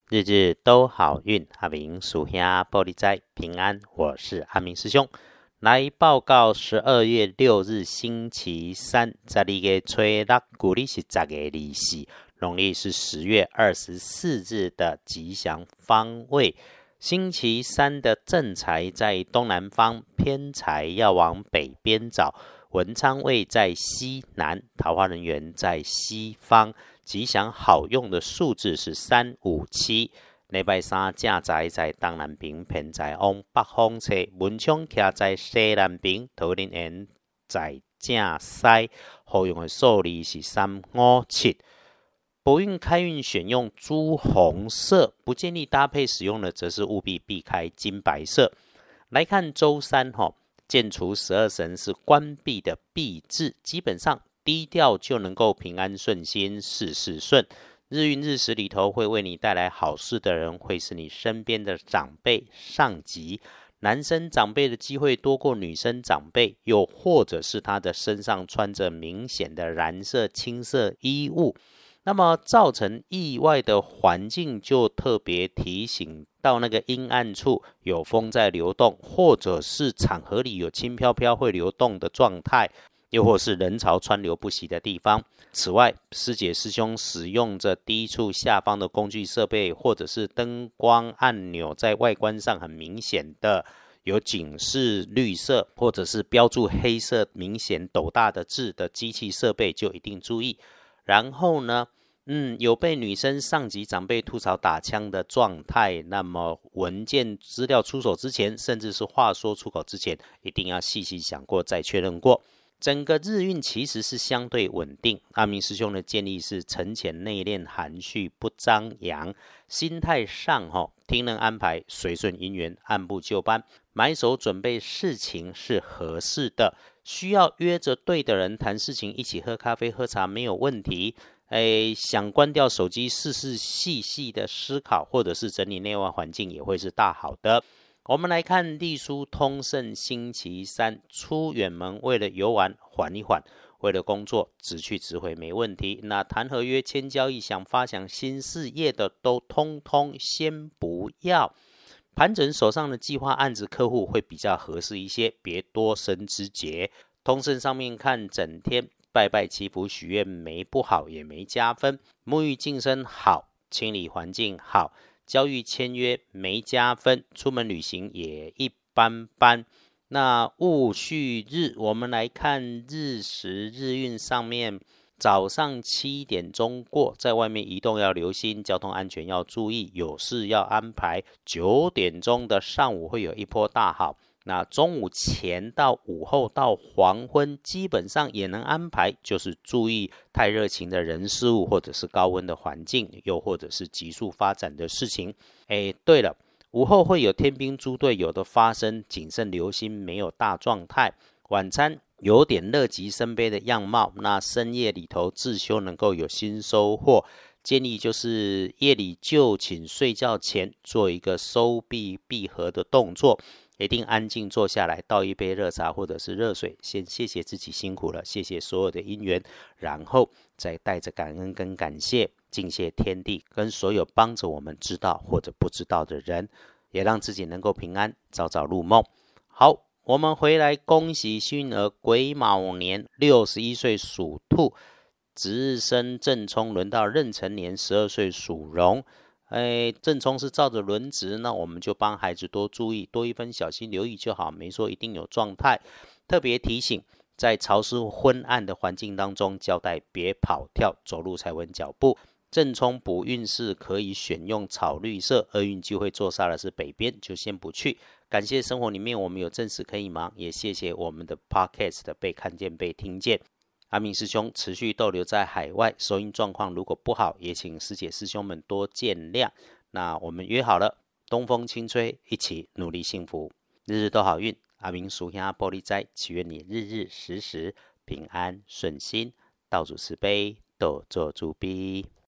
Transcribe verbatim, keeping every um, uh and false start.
日日都好运，阿明属兄玻璃斋平安，我是阿明师兄。来报告十二月六日星期三，十二月初六，古历是十月二十四，农历是十月二十四日的吉祥方位。星期三的正财在东南方，偏财要往北边找。文昌位在西南，桃花人缘在西方。吉祥好用的数字是三五七。礼拜三正财在东南边，偏财往北方车。文昌徛在西南边，桃花人缘在正西。好用的数字是三五七。博运开运选用朱红色，不建议搭配使用的则是务必避开金白色。来看周三哈。建除十二神是关闭的闭字，基本上低调就能够平安顺心，事事顺。日运日时里头会为你带来好事的人，会是你身边的长辈、上级。男生长辈的机会多过女生长辈，又或者是他的身上穿着明显的蓝色、青色衣物，那么造成意外的环境，就特别提醒到那个阴暗处有风在流动，或者是场合里有轻飘飘会流动的状态，又或是人潮川流不息的地方。此外，师姐师兄使用着低处下方的工具设备，或者是灯光按钮在外观上很明显的有警示绿色，或者是标注黑色明显斗大的字的机器设备，就一定注意。然后呢嗯，有被女生上级长辈吐槽打枪的状态，那么文件资料出手之前，甚至是话说出口之前，一定要细细想过再确认过。整个日运其实是相对稳定，阿明师兄的建议是沉潜内敛，含蓄不张扬。心态上、哦、听人安排，随顺因缘，按部就班，埋手准备事情是合适的。需要约着对的人谈事情，一起喝咖啡喝茶没有问题。诶，想关掉手机试试细细的思考，或者是整理内外环境，也会是大好的。我们来看隶书通胜星期三，出远门为了游玩缓一缓，为了工作直去直回没问题。那谈合约签交易想发想新事业的都通通先不要。盘整手上的计划案子，客户会比较合适一些，别多生枝节。通胜上面看整天拜拜祈福许愿没不好，也没加分。沐浴净身好，清理环境好，交易签约没加分，出门旅行也一般般。那戊戌日，我们来看日时日运上面，早上七点钟过，在外面移动要留心，交通安全要注意，有事要安排。九点钟的上午会有一波大好。那中午前到午后到黄昏，基本上也能安排，就是注意太热情的人事物，或者是高温的环境，又或者是急速发展的事情。诶，对了，午后会有天兵猪队友的发生，谨慎留心，没有大状态。晚餐有点乐极生悲的样貌，那深夜里头自修能够有新收获。建议就是夜里就寝睡觉前做一个收闭闭合的动作，一定安静坐下来，倒一杯热茶或者是热水，先谢谢自己辛苦了，谢谢所有的因缘，然后再带着感恩跟感谢，敬谢天地跟所有帮着我们知道或者不知道的人，也让自己能够平安，早早入梦。好，我们回来恭喜幸运儿癸卯年六十一岁属兔，值日生正冲，轮到壬辰年十二岁属龙。哎，正冲是照着轮值，那我们就帮孩子多注意，多一分小心留意就好，没说一定有状态。特别提醒，在潮湿昏暗的环境当中，交代别跑跳，走路才稳脚步。正冲补运势可以选用草绿色，厄运机会坐煞的是北边，就先不去。感谢生活里面我们有正事可以忙，也谢谢我们的 podcast 被看见被听见。阿明师兄持续逗留在海外，收音状况如果不好，也请师姐师兄们多见谅。那我们约好了，东风轻吹，一起努力幸福，日日都好运。阿明属下玻璃斋，祈愿你日日时时平安顺心，道主慈悲，多做主逼。